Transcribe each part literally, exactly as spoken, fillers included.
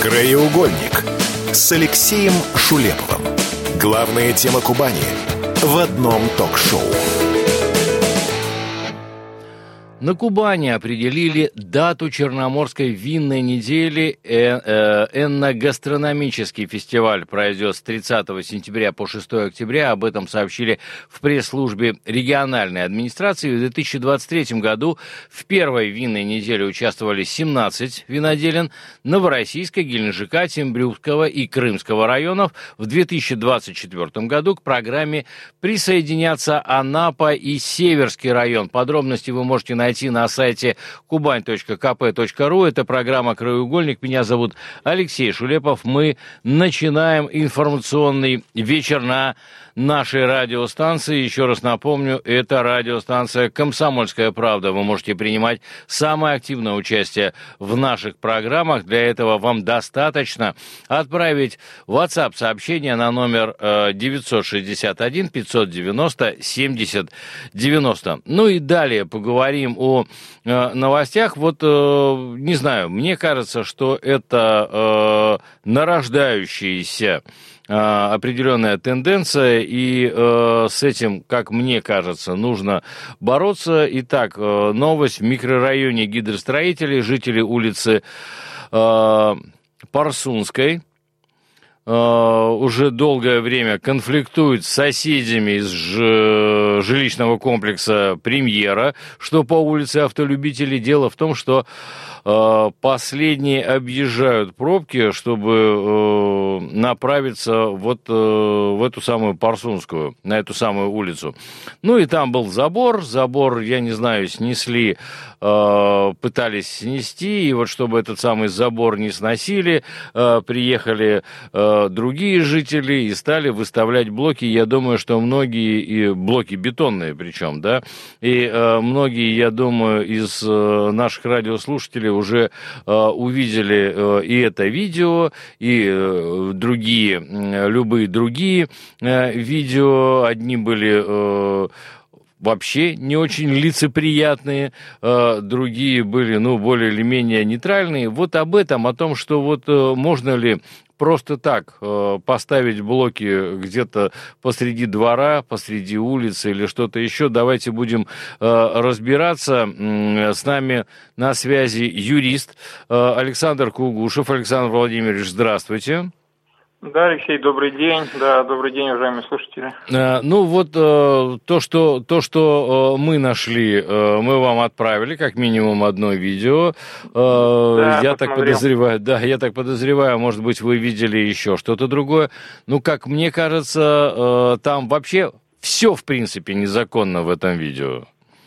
«Краеугольник» с Алексеем Шулеповым. Главная тема Кубани в одном ток-шоу. На Кубани определили дату Черноморской винной недели. Энногастрономический фестиваль пройдет с тридцатого сентября по шестого октября. Об этом сообщили в пресс-службе региональной администрации. В две тысячи двадцать третьем году в первой винной неделе участвовали семнадцать виноделин Новороссийска, Геленджика, Тембрюкского и Крымского районов. В две тысячи двадцать четвёртом году к программе присоединятся Анапа и Северский район. Подробности вы можете найти найти на сайте кубань точка ка пэ точка ру. Это программа «Краеугольник». Меня зовут Алексей Шулепов. Мы начинаем информационный вечер на нашей радиостанции. Еще раз напомню, это радиостанция «Комсомольская правда». Вы можете принимать самое активное участие в наших программах. Для этого вам достаточно отправить WhatsApp-сообщение на номер девятьсот шестьдесят один пятьсот девяносто семьдесят девяносто. Ну и далее поговорим о э, новостях. Вот, э, не знаю, мне кажется, что это э, нарождающаяся э, определенная тенденция, и э, с этим, как мне кажется, нужно бороться. Итак, э, новость. В микрорайоне гидростроителей жители улицы э, Парсунской уже долгое время конфликтует с соседями из жилищного комплекса «Премьера», что по улице Автолюбителей. Дело в том, что последние объезжают пробки, чтобы направиться вот в эту самую Парсунскую, на эту самую улицу. Ну и там был забор, забор, я не знаю, снесли, пытались снести, и вот чтобы этот самый забор не сносили, приехали другие жители и стали выставлять блоки. Я думаю, что многие, и блоки бетонные причем, да, и многие, я думаю, из наших радиослушателей уже э, увидели э, и это видео, и э, другие, э, любые другие э, видео. Одни были э, вообще не очень лицеприятные, э, другие были, ну, более или менее нейтральные. Вот об этом, о том, что вот э, можно ли просто так э, поставить блоки где-то посреди двора, посреди улицы или что-то еще. Давайте будем э, разбираться. С нами на связи юрист э, Александр Кугушев. Александр Владимирович, здравствуйте. Да, Алексей, добрый день. Да, добрый день, уважаемые слушатели. Э, ну вот э, то, что, то, что э, мы нашли, э, мы вам отправили, как минимум одно видео. Э, да, я так подозреваю, да, я так подозреваю, может быть, вы видели еще что-то другое. Ну, как мне кажется, э, там вообще все, в принципе, незаконно в этом видео.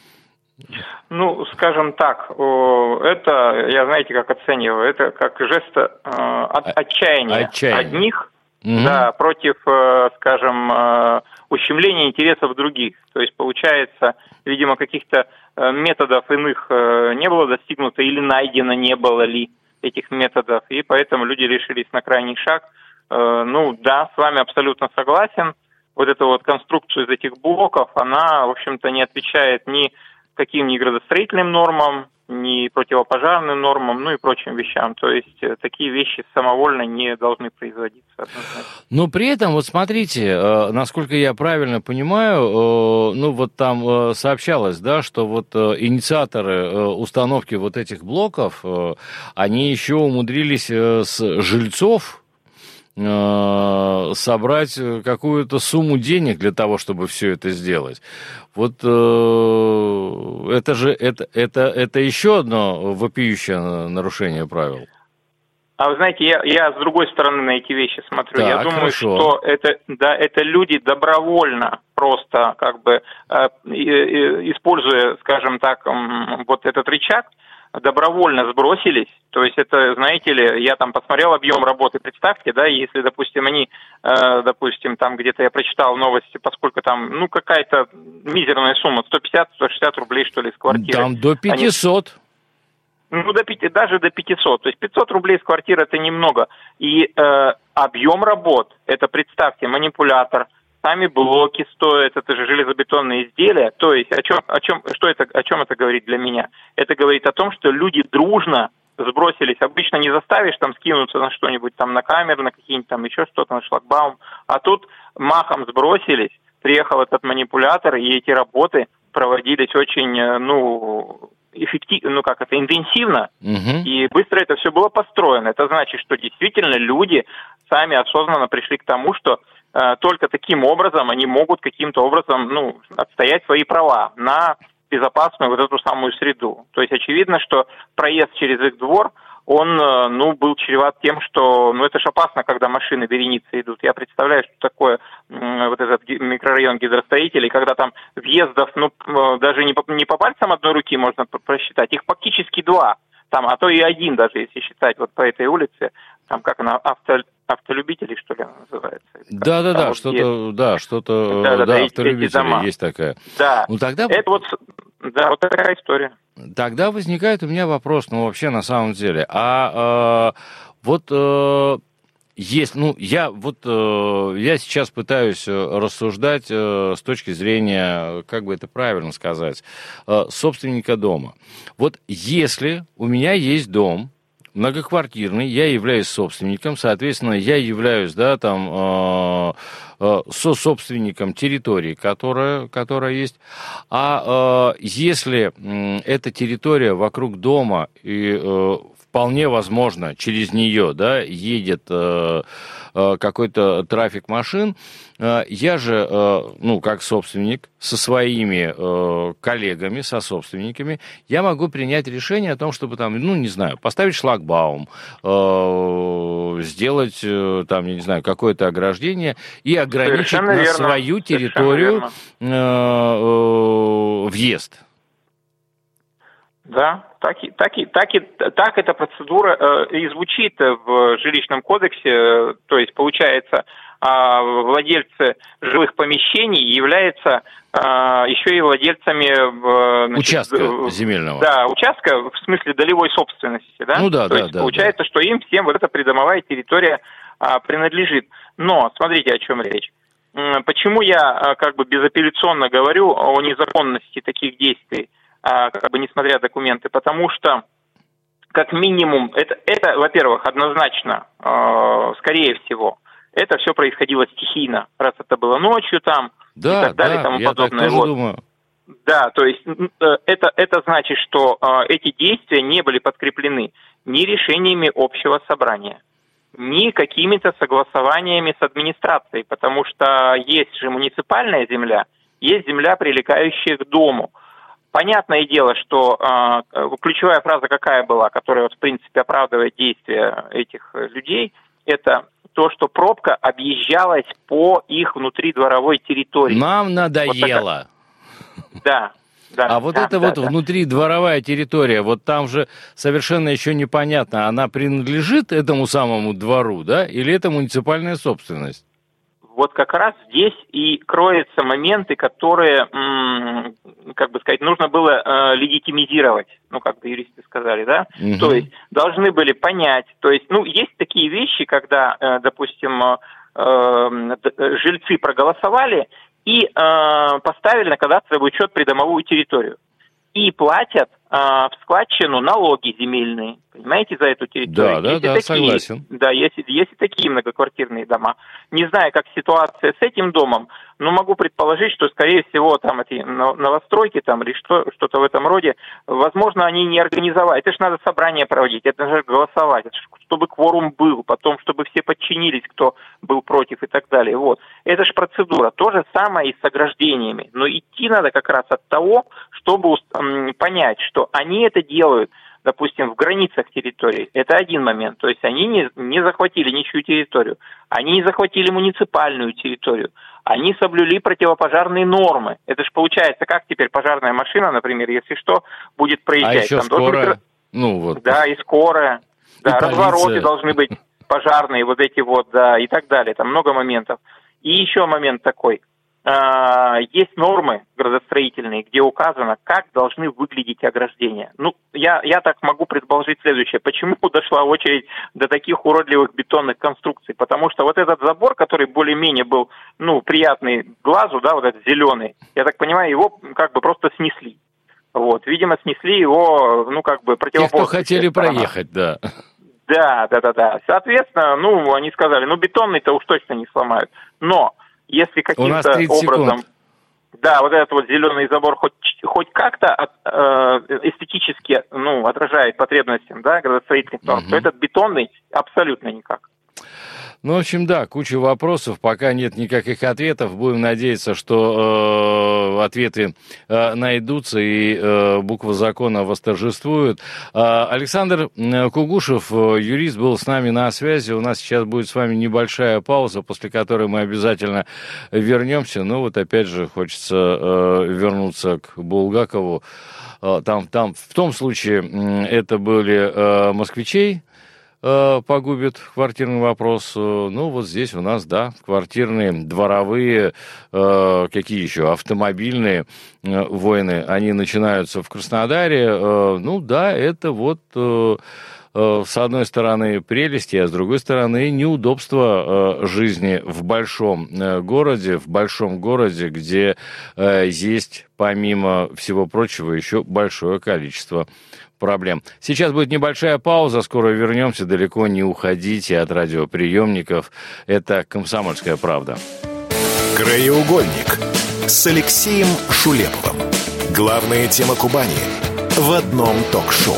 Ну, скажем так, это, я знаете, как оцениваю, это как жест э, от, отчаяния, отчаяние. одних, угу. да, против, э, скажем, э, ущемления интересов других. То есть, получается, видимо, каких-то э, методов иных э, не было достигнуто или найдено не было ли этих методов, и поэтому люди решились на крайний шаг. Э, ну, да, с вами абсолютно согласен. Вот эта вот конструкция из этих блоков, она, в общем-то, не отвечает ни каким ни градостроительным нормам, ни противопожарным нормам, ну и прочим вещам. То есть такие вещи самовольно не должны производиться. Но при этом, вот смотрите, насколько я правильно понимаю, ну вот там сообщалось, да, что вот инициаторы установки вот этих блоков, они еще умудрились с жильцов собрать какую-то сумму денег для того, чтобы все это сделать. Вот э, это же это, это, это еще одно вопиющее нарушение правил. А вы знаете, я, я с другой стороны на эти вещи смотрю. Так, я думаю, хорошо. что это, да, это люди добровольно просто как бы э, используя, скажем так, вот этот рычаг, добровольно сбросились, то есть это, знаете ли, я там посмотрел объем работы, представьте, да, если, допустим, они, э, допустим, там где-то я прочитал новости, поскольку там, ну, какая-то мизерная сумма, сто пятьдесят - сто шестьдесят рублей, что ли, с квартиры. Там до пятисот. Они, ну, до, даже до пятисот, то есть пятьсот рублей с квартиры это немного, и э, объем работ, это, представьте, манипулятор, сами блоки стоят, это же железобетонные изделия. То есть о чем, о чем, что это, о чем это говорит для меня? Это говорит о том, что люди дружно сбросились. Обычно не заставишь там скинуться на что-нибудь, там на камеру, на какие-нибудь там еще что-то, на шлагбаум. А тут махом сбросились, приехал этот манипулятор, и эти работы проводились очень, ну, эффективно, ну как это, интенсивно, угу. И быстро это все было построено. Это значит, что действительно люди сами осознанно пришли к тому, что э, только таким образом они могут каким-то образом, ну, отстоять свои права на безопасную вот эту самую среду. То есть очевидно, что проезд через их двор, он, ну, был чреват тем, что, ну, это ж опасно, когда машины вереницы идут. Я представляю, что такое вот этот микрорайон гидростроителей, когда там въездов, ну, даже не по, не по пальцам одной руки можно просчитать, их фактически два, там, а то и один даже, если считать вот по этой улице, там, как она, авто, автолюбителей, что ли, она называется? Да-да-да, вот что-то, есть... да, что-то, да, да, да, автолюбители есть такая. Да, ну, тогда... это вот... Да, вот такая история. Тогда возникает у меня вопрос, ну, вообще, на самом деле, а э, вот э, есть, ну, я вот, э, я сейчас пытаюсь рассуждать э, с точки зрения, как бы это правильно сказать, э, собственника дома. Вот если у меня есть дом, многоквартирный, я являюсь собственником, соответственно, я являюсь, да, там, э, э, сособственником территории, которая, которая есть. А э, если э, эта территория вокруг дома, и э, вполне возможно, через нее, да, едет э, э, какой-то трафик машин, э, я же, э, ну, как собственник, со своими э, коллегами, сособственниками, я могу принять решение о том, чтобы там, ну, не знаю, поставить шлагбаум, э, сделать, э, там, я не знаю, какое-то ограждение и ограничить Совершенно на верно. свою территорию э, э, въезд. Да, так и, так и, так и, так эта процедура э, и звучит в жилищном кодексе, то есть получается, э, владельцы жилых помещений являются э, еще и владельцами э, значит, участка э, земельного. Да, участка в смысле долевой собственности, да. Ну да, то да, есть да. Получается, да. что им всем вот эта придомовая территория э, принадлежит. Но смотрите, о чем речь. Почему я как бы безапелляционно говорю о незаконности таких действий? Как бы несмотря на документы, потому что, как минимум, это, это во-первых, однозначно, э, скорее всего, это все происходило стихийно, раз это было ночью там, да, и так далее, да, и тому я подобное. Так тоже вот. думаю. Да, то есть э, это, это значит, что э, эти действия не были подкреплены ни решениями общего собрания, ни какими-то согласованиями с администрацией, потому что есть же муниципальная земля, есть земля, прилегающая к дому. Понятное дело, что э, ключевая фраза какая была, которая, вот, в принципе, оправдывает действия этих людей, это то, что пробка объезжалась по их внутридворовой территории. Нам надоело. Вот да, да. А вот да, это да, вот да. внутридворовая территория, вот там же совершенно еще непонятно, она принадлежит этому самому двору, да, или это муниципальная собственность? Вот как раз здесь и кроются моменты, которые, м- как бы сказать, нужно было э, легитимизировать, ну, как бы юристы сказали, да, угу. То есть должны были понять, то есть, ну, есть такие вещи, когда, э, допустим, э, э, жильцы проголосовали и э, поставили на кадастровый учет придомовую территорию и платят э, в складчину налоги земельные, понимаете, за эту территорию. Да, да, есть да, такие, согласен. Да, есть, есть и такие многоквартирные дома. Не знаю, как ситуация с этим домом, но могу предположить, что, скорее всего, там эти новостройки там, или что, что-то в этом роде, возможно, они не организовали. Это же надо собрание проводить, это же голосовать, это ж, чтобы кворум был, потом, чтобы все подчинились, кто был против и так далее. Вот. Это же процедура. То же самое и с ограждениями. Но идти надо как раз от того, чтобы м, понять, что они это делают, допустим, в границах территории. Это один момент. То есть они не, не захватили ничью территорию. Они не захватили муниципальную территорию. Они соблюли противопожарные нормы. Это же получается, как теперь пожарная машина, например, если что, будет проезжать. А еще там скорая. Быть... Ну, вот. Да, и скорая. И да, полиция. Развороты должны быть пожарные, вот эти вот, да, и так далее. Там много моментов. И еще момент такой. Есть нормы градостроительные, где указано, как должны выглядеть ограждения. Ну, я, я так могу предположить следующее. Почему дошла очередь до таких уродливых бетонных конструкций? Потому что вот этот забор, который более-менее был, ну, приятный глазу, да, вот этот зеленый, я так понимаю, его как бы просто снесли. Вот, видимо, снесли его, ну, как бы, противоположно. Те, кто хотели проехать, да. Да, да, да, да. Соответственно, ну, они сказали, ну, бетонный-то уж точно не сломают. Но если каким-то образом... Секунд. Да, вот этот вот зеленый забор хоть, хоть как-то от, э, эстетически, ну, отражает потребностям, да, градостроительных норм, угу. то этот бетонный абсолютно никак. Ну, в общем, да, куча вопросов, пока нет никаких ответов. Будем надеяться, что э, ответы э, найдутся и э, буква закона восторжествует. Э, Александр Кугушев, юрист, был с нами на связи. У нас сейчас будет с вами небольшая пауза, после которой мы обязательно вернемся. Ну, вот опять же хочется э, вернуться к Булгакову. Э, там, там, в том случае э, это были э, москвичей, погубит квартирный вопрос. Ну, вот здесь у нас, да, квартирные, дворовые, э, какие еще, автомобильные э, войны, они начинаются в Краснодаре. Э, ну, да, это вот... Э, с одной стороны прелести, а с другой стороны неудобство жизни в большом городе, в большом городе, где есть, помимо всего прочего, еще большое количество проблем. Сейчас будет небольшая пауза, скоро вернемся, далеко не уходите от радиоприемников. Это «Комсомольская правда». Краеугольник с Алексеем Шулеповым. Главная тема Кубани в одном ток-шоу.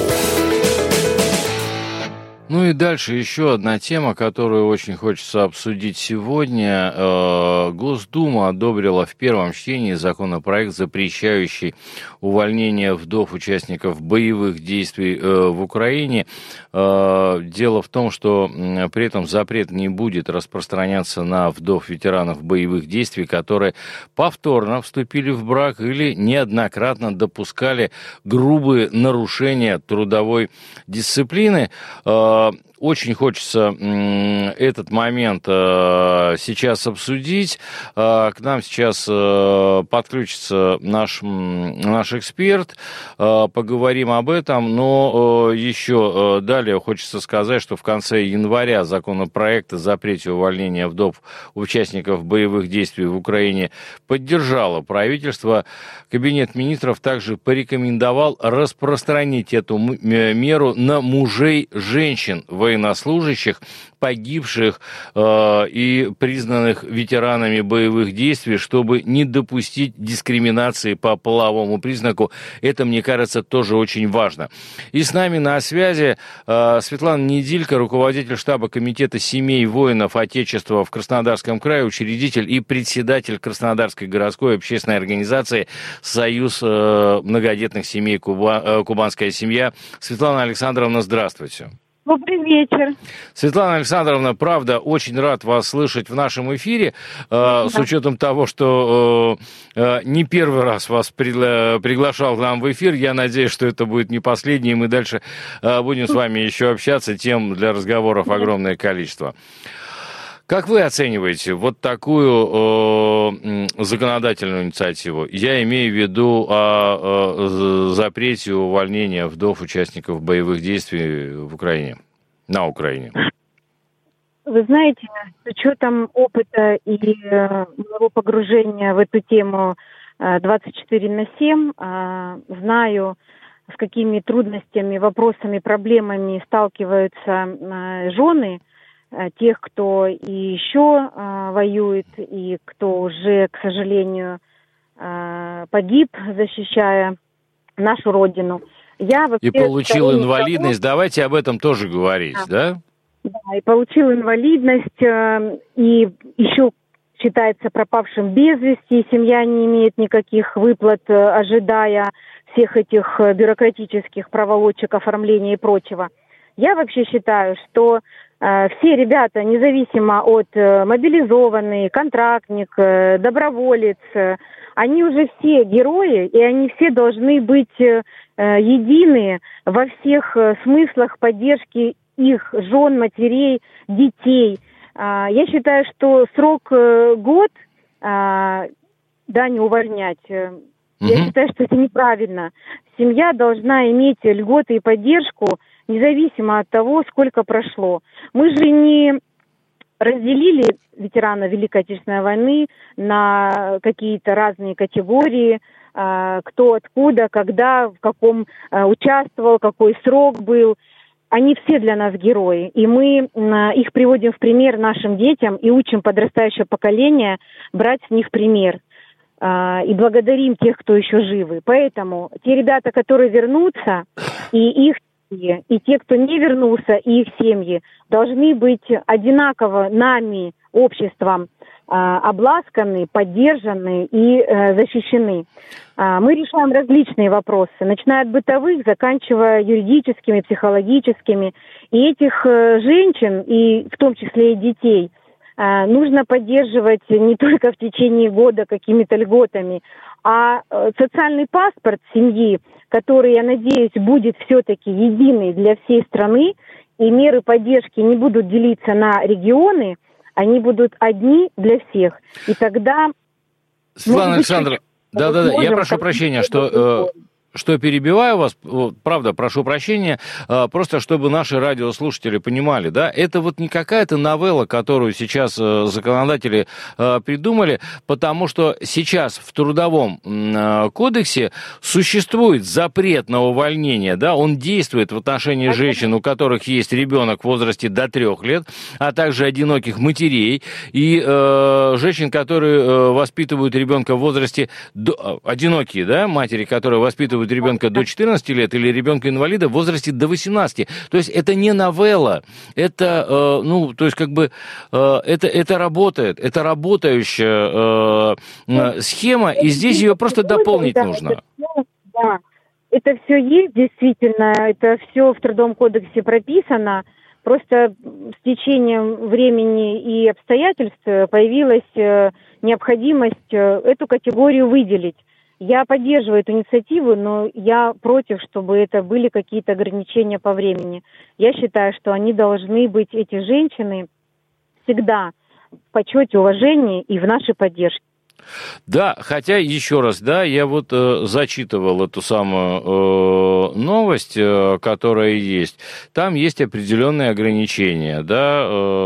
Ну и дальше еще одна тема, которую очень хочется обсудить сегодня. Госдума одобрила в первом чтении законопроект, запрещающий увольнение вдов участников боевых действий в Украине. Дело в том, что при этом запрет не будет распространяться на вдов ветеранов боевых действий, которые повторно вступили в брак или неоднократно допускали грубые нарушения трудовой дисциплины. Очень хочется этот момент сейчас обсудить. К нам сейчас подключится наш, наш эксперт. Поговорим об этом. Но еще далее хочется сказать, что в конце января законопроект о запрете увольнения вдов участников боевых действий в Украине поддержало правительство. Кабинет министров также порекомендовал распространить эту меру на мужей женщин военнослужащих, погибших э, и признанных ветеранами боевых действий, чтобы не допустить дискриминации по половому признаку. Это, мне кажется, тоже очень важно. И с нами на связи э, Светлана Недилько, руководитель штаба комитета семей воинов Отечества в Краснодарском крае, учредитель и председатель Краснодарской городской общественной организации «Союз э, многодетных семей Куба, э, Кубанская семья». Светлана Александровна, здравствуйте. Добрый вечер. Светлана Александровна, правда, очень рад вас слышать в нашем эфире, э, да. С учетом того, что э, не первый раз вас пригла- приглашал к нам в эфир. Я надеюсь, что это будет не последний, и мы дальше э, будем с вами еще общаться. Тем для разговоров огромное количество. Как вы оцениваете вот такую э, законодательную инициативу? Я имею в виду о, о запрете увольнения вдов участников боевых действий в Украине, на Украине. Вы знаете, с учетом опыта и моего погружения в эту тему двадцать четыре на семь, знаю, с какими трудностями, вопросами, проблемами сталкиваются жены тех, кто и еще э, воюет, и кто уже, к сожалению, э, погиб, защищая нашу родину. Я вообще и получил инвалидность, того, давайте об этом тоже говорить, да? Да, да, и получил инвалидность, э, и еще считается пропавшим без вести, семья не имеет никаких выплат, э, ожидая всех этих бюрократических проволочек, оформления и прочего. Я вообще считаю, что все ребята, независимо от мобилизованный, контрактник, доброволец, они уже все герои, и они все должны быть едины во всех смыслах поддержки их жен, матерей, детей. Я считаю, что срок год, да, не увольнять. Я считаю, что это неправильно. Семья должна иметь льготы и поддержку, независимо от того, сколько прошло. Мы же не разделили ветеранов Великой Отечественной войны на какие-то разные категории, кто откуда, когда, в каком участвовал, какой срок был. Они все для нас герои, и мы их приводим в пример нашим детям и учим подрастающее поколение брать с них пример. И благодарим тех, кто еще живы. Поэтому те ребята, которые вернутся, и их семьи, и те, кто не вернулся, и их семьи, должны быть одинаково нами, обществом, обласканы, поддержаны и защищены. Мы решаем различные вопросы, начиная от бытовых, заканчивая юридическими, психологическими. И этих женщин, и в том числе и детей, нужно поддерживать не только в течение года какими-то льготами, а социальный паспорт семьи, который, я надеюсь, будет все-таки единый для всей страны, и меры поддержки не будут делиться на регионы, они будут одни для всех. И тогда... Светлана Александровна, да-да-да, я прошу прощения, что... что перебиваю вас, правда, прошу прощения, просто чтобы наши радиослушатели понимали, да, это вот не какая-то новелла, которую сейчас законодатели придумали, потому что сейчас в Трудовом кодексе существует запрет на увольнение, да, он действует в отношении женщин, у которых есть ребенок в возрасте до трех лет, а также одиноких матерей и э, женщин, которые воспитывают ребенка в возрасте, до, одинокие, да, матери, которые воспитывают ребенка до четырнадцати лет или ребенка-инвалида в возрасте до восемнадцати. То есть это не новелла, это, э, ну, то есть как бы э, это, это работает, это работающая э, схема, и здесь ее просто дополнить да, нужно. Это все, да, это все есть действительно, это все в Трудовом кодексе прописано, просто с течением времени и обстоятельств появилась э, необходимость э, эту категорию выделить. Я поддерживаю эту инициативу, но я против, чтобы это были какие-то ограничения по времени. Я считаю, что они должны быть, эти женщины, всегда в почете, уважении и в нашей поддержке. Да, хотя, еще раз, да, я вот э, зачитывал эту самую э, новость, э, которая есть. Там есть определенные ограничения, да,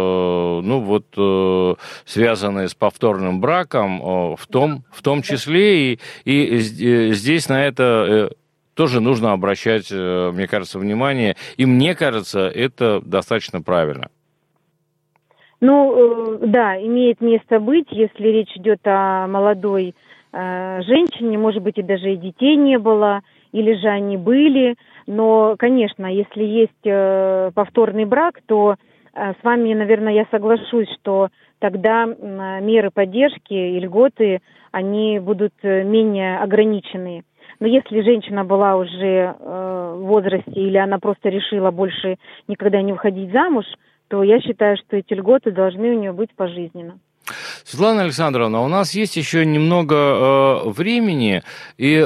э, ну вот, э, связанные с повторным браком, э, в том, в том числе, и, и э, здесь на это... Э, тоже нужно обращать, э, мне кажется, внимание, и мне кажется, это достаточно правильно. Ну, да, имеет место быть, если речь идет о молодой э, женщине, может быть, и даже и детей не было, или же они были. Но, конечно, если есть э, повторный брак, то э, с вами, наверное, я соглашусь, что тогда э, меры поддержки и льготы, они будут менее ограничены. Но если женщина была уже э, в возрасте, или она просто решила больше никогда не выходить замуж, то я считаю, что эти льготы должны у нее быть пожизненно. Светлана Александровна, у нас есть еще немного э, времени, и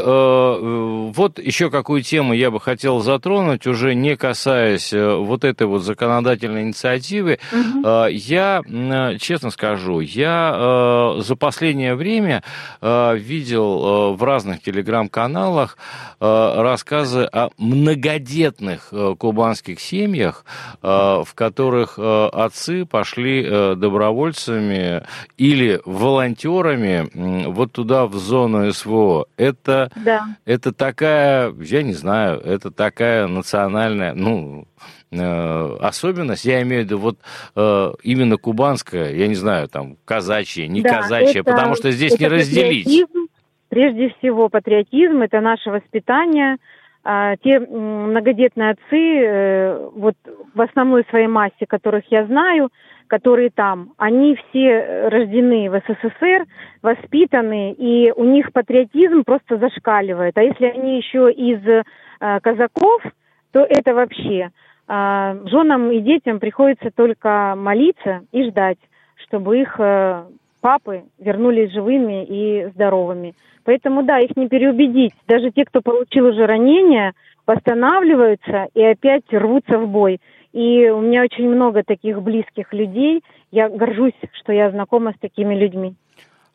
э, вот еще какую тему я бы хотел затронуть, уже не касаясь э, вот этой вот законодательной инициативы. Угу. Э, я, э, честно скажу, я э, за последнее время э, видел э, в разных телеграм-каналах э, рассказы о многодетных э, кубанских семьях, э, в которых э, отцы пошли э, добровольцами или волонтерами вот туда, в зону СВО. Это, да. это такая, я не знаю, это такая национальная, ну, э, особенность, я имею в виду вот э, именно кубанская, я не знаю, там, казачья, не да, казачья, это, потому что здесь не разделить. Патриотизм, прежде всего, патриотизм, это наше воспитание. А, те многодетные отцы, э, вот в основной своей массе, которых я знаю, которые там, они все рождены в СССР, воспитаны, и у них патриотизм просто зашкаливает. А если они еще из э, казаков, то это вообще. Э, женам и детям приходится только молиться и ждать, чтобы их э, папы вернулись живыми и здоровыми. Поэтому, да, их не переубедить. Даже те, кто получил уже ранения, восстанавливаются и опять рвутся в бой. И у меня очень много таких близких людей. Я горжусь, что я знакома с такими людьми.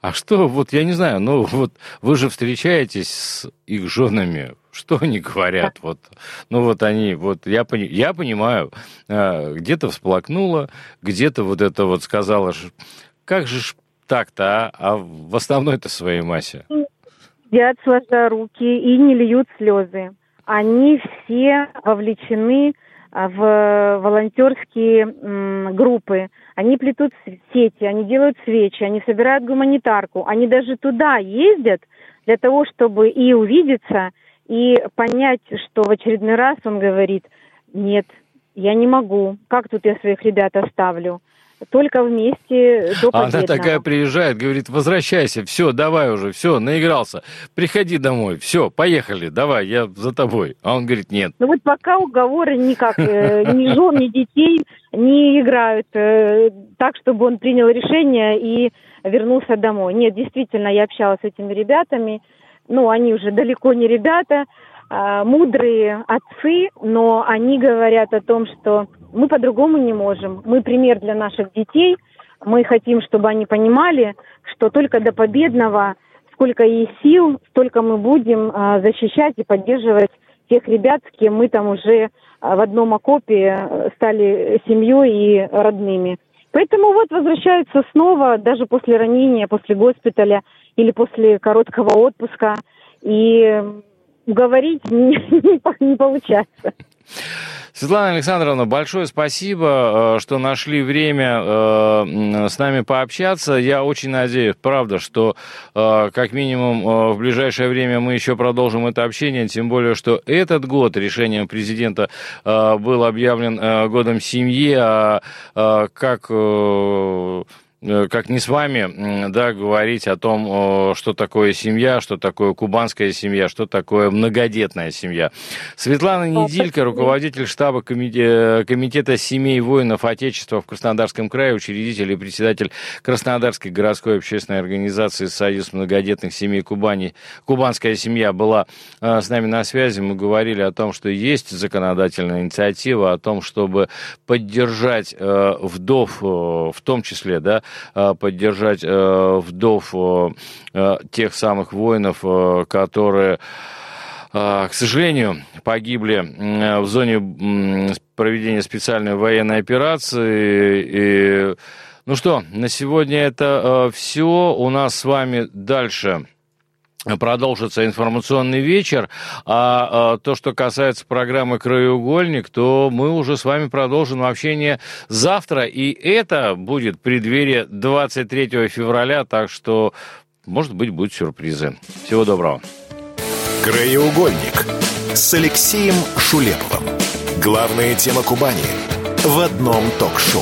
А что, вот я не знаю, ну вот вы же встречаетесь с их женами, что они говорят? Вот, ну вот они, вот я, пони, я понимаю, где-то всплакнула, где-то вот это вот сказала, как же ж так-то, а, а в основной-то своей массе. Сидят сложа руки и не льют слезы. Они все вовлечены в волонтерские м, группы. Они плетут сети, они делают свечи, они собирают гуманитарку. Они даже туда ездят для того, чтобы и увидеться, и понять, что в очередной раз он говорит: нет, я не могу, как тут я своих ребят оставлю? Только вместе до победного. Она такая приезжает, говорит: возвращайся, все, давай уже, все, наигрался, приходи домой, все, поехали, давай, я за тобой. А он говорит: нет. Ну вот пока уговоры никак, ни жен, ни детей не играют так, чтобы он принял решение и вернулся домой. Нет, действительно, я общалась с этими ребятами, ну, они уже далеко не ребята, мудрые отцы, но они говорят о том, что мы по-другому не можем. Мы пример для наших детей. Мы хотим, чтобы они понимали, что только до победного, сколько есть сил, столько мы будем защищать и поддерживать тех ребят, с кем мы там уже в одном окопе стали семьей и родными. Поэтому вот возвращаются снова, даже после ранения, после госпиталя или после короткого отпуска. И уговорить не, не, не получается. Светлана Александровна, большое спасибо, что нашли время с нами пообщаться. Я очень надеюсь, правда, что как минимум в ближайшее время мы еще продолжим это общение, тем более, что этот год решением президента был объявлен годом семьи, а как... как не с вами, да, говорить о том, что такое семья, что такое кубанская семья, что такое многодетная семья. Светлана Недилько, руководитель штаба комитета семей воинов Отечества в Краснодарском крае, учредитель и председатель Краснодарской городской общественной организации «Союз многодетных семей Кубани». Кубанская семья была с нами на связи. Мы говорили о том, что есть законодательная инициатива, о том, чтобы поддержать вдов, в том числе, да, поддержать э, вдов э, тех самых воинов, э, которые, э, к сожалению, погибли э, в зоне э, проведения специальной военной операции. И, ну что, на сегодня это э, все. У нас с вами дальше продолжится информационный вечер, а, а то, что касается программы «Краеугольник», то мы уже с вами продолжим общение завтра, и это будет в преддверии двадцать третьего февраля, так что, может быть, будут сюрпризы. Всего доброго. «Краеугольник» с Алексеем Шулеповым. Главная тема Кубани в одном ток-шоу.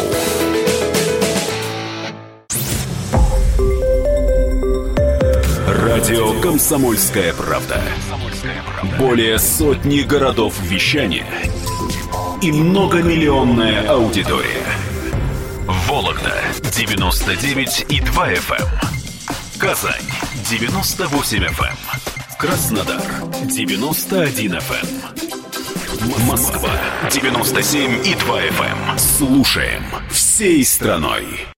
Радио «Комсомольская правда». Более сотни городов вещания и многомиллионная аудитория. Вологда девяносто девять и два эф эм, Казань девяносто восемь эф эм, Краснодар девяносто один эф эм, Москва девяносто семь и два эф эм. Слушаем всей страной.